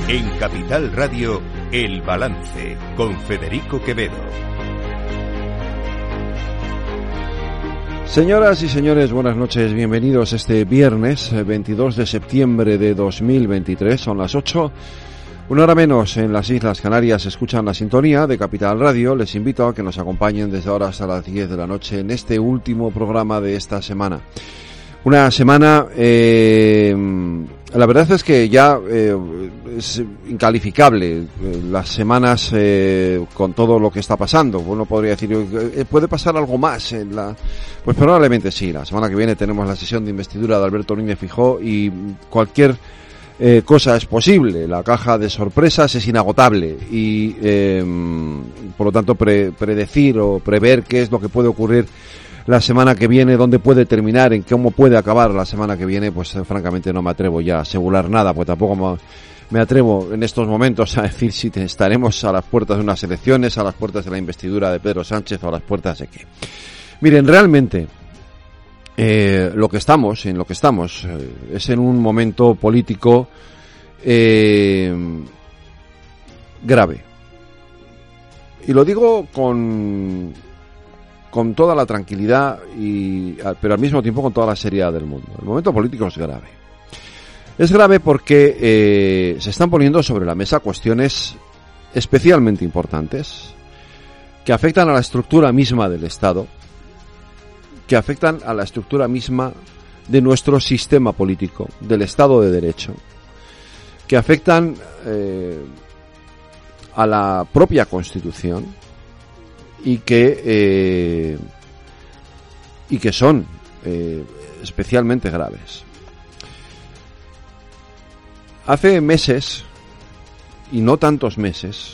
En Capital Radio, El Balance, con Federico Quevedo. Señoras y señores, buenas noches, bienvenidos este viernes 22 de septiembre de 2023, son las 8, una hora menos en las Islas Canarias. Escuchan la sintonía de Capital Radio. Les invito a que nos acompañen desde ahora hasta las 10 de la noche en este último programa de esta semana. Una semana, la verdad es que ya es incalificable las semanas con todo lo que está pasando. Uno podría decir, ¿puede pasar algo más en la...? Pues probablemente sí. La semana que viene tenemos la sesión de investidura de Alberto Núñez Feijóo y cualquier cosa es posible. La caja de sorpresas es inagotable y por lo tanto predecir o prever qué es lo que puede ocurrir la semana que viene, dónde puede terminar, en cómo puede acabar la semana que viene, pues francamente no me atrevo ya a asegurar nada, pues tampoco me atrevo en estos momentos a decir si estaremos a las puertas de unas elecciones, a las puertas de la investidura de Pedro Sánchez o a las puertas de qué. Miren, realmente en lo que estamos es en un momento político grave. Y lo digo con toda la tranquilidad, pero al mismo tiempo con toda la seriedad del mundo. El momento político es grave. Es grave porque se están poniendo sobre la mesa cuestiones especialmente importantes que afectan a la estructura misma del Estado, que afectan a la estructura misma de nuestro sistema político, del Estado de Derecho, que afectan a la propia Constitución, y que son especialmente graves. Hace meses, y no tantos meses,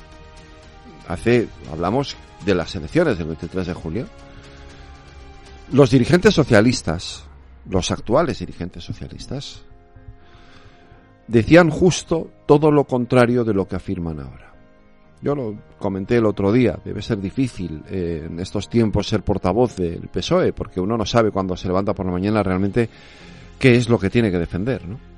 hablamos de las elecciones del 23 de julio, los dirigentes socialistas, los actuales dirigentes socialistas, decían justo todo lo contrario de lo que afirman ahora. Yo lo comenté el otro día, debe ser difícil en estos tiempos ser portavoz del PSOE, porque uno no sabe cuando se levanta por la mañana realmente qué es lo que tiene que defender, ¿no?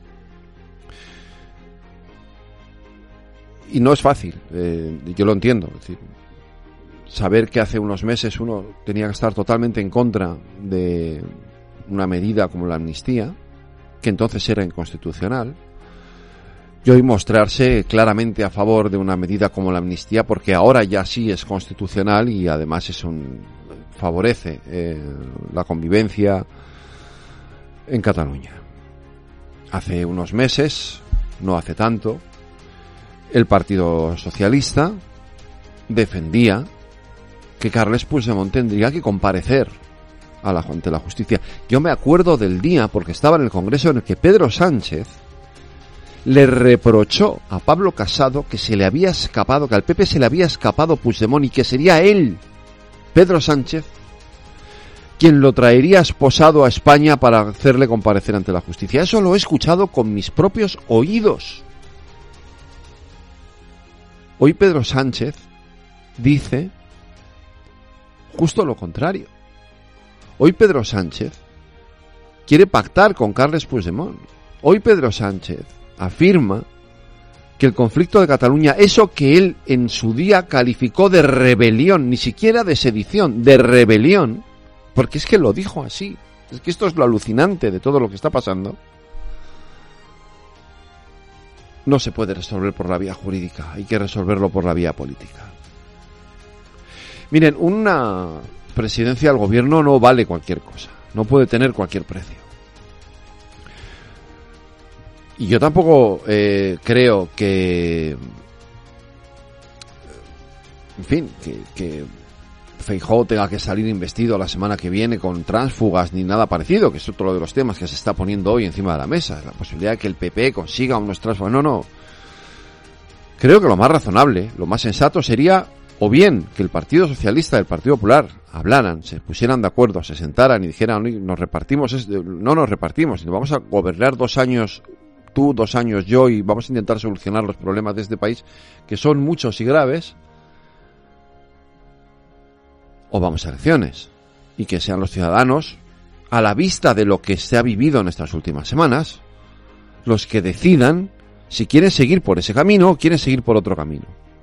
Y no es fácil, yo lo entiendo, es decir, saber que hace unos meses uno tenía que estar totalmente en contra de una medida como la amnistía, que entonces era inconstitucional, y hoy mostrarse claramente a favor de una medida como la amnistía, porque ahora ya sí es constitucional y además favorece la convivencia en Cataluña. Hace unos meses, no hace tanto, el Partido Socialista defendía que Carles Puigdemont tendría que comparecer ante la justicia. Yo me acuerdo del día, porque estaba en el Congreso, en el que Pedro Sánchez le reprochó a Pablo Casado que se le había escapado, que al PP se le había escapado Puigdemont y que sería él, Pedro Sánchez, quien lo traería esposado a España para hacerle comparecer ante la justicia. Eso lo he escuchado con mis propios oídos. Hoy Pedro Sánchez dice justo lo contrario. Hoy Pedro Sánchez quiere pactar con Carles Puigdemont. Hoy Pedro Sánchez afirma que el conflicto de Cataluña, eso que él en su día calificó de rebelión, ni siquiera de sedición, de rebelión, porque es que lo dijo así, es que esto es lo alucinante de todo lo que está pasando, no se puede resolver por la vía jurídica, hay que resolverlo por la vía política. Miren, una presidencia del gobierno no vale cualquier cosa, no puede tener cualquier precio. Y yo tampoco creo que, en fin, que Feijóo tenga que salir investido la semana que viene con tránsfugas ni nada parecido, que es otro de los temas que se está poniendo hoy encima de la mesa, la posibilidad de que el PP consiga unos tránsfugas. No. Creo que lo más razonable, lo más sensato sería, o bien que el Partido Socialista y el Partido Popular hablaran, se pusieran de acuerdo, se sentaran y dijeran, no nos repartimos, sino vamos a gobernar 2 años tú, 2 años yo, y vamos a intentar solucionar los problemas de este país, que son muchos y graves, o vamos a elecciones, y que sean los ciudadanos, a la vista de lo que se ha vivido en estas últimas semanas, los que decidan si quieren seguir por ese camino o quieren seguir por otro camino.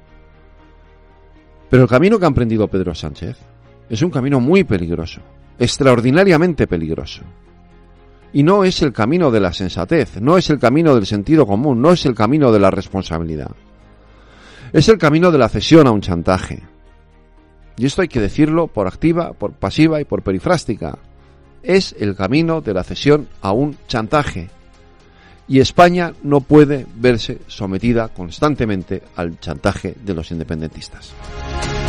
Pero el camino que ha emprendido Pedro Sánchez es un camino muy peligroso, extraordinariamente peligroso. Y no es el camino de la sensatez, no es el camino del sentido común, no es el camino de la responsabilidad. Es el camino de la cesión a un chantaje. Y esto hay que decirlo por activa, por pasiva y por perifrástica. Es el camino de la cesión a un chantaje. Y España no puede verse sometida constantemente al chantaje de los independentistas.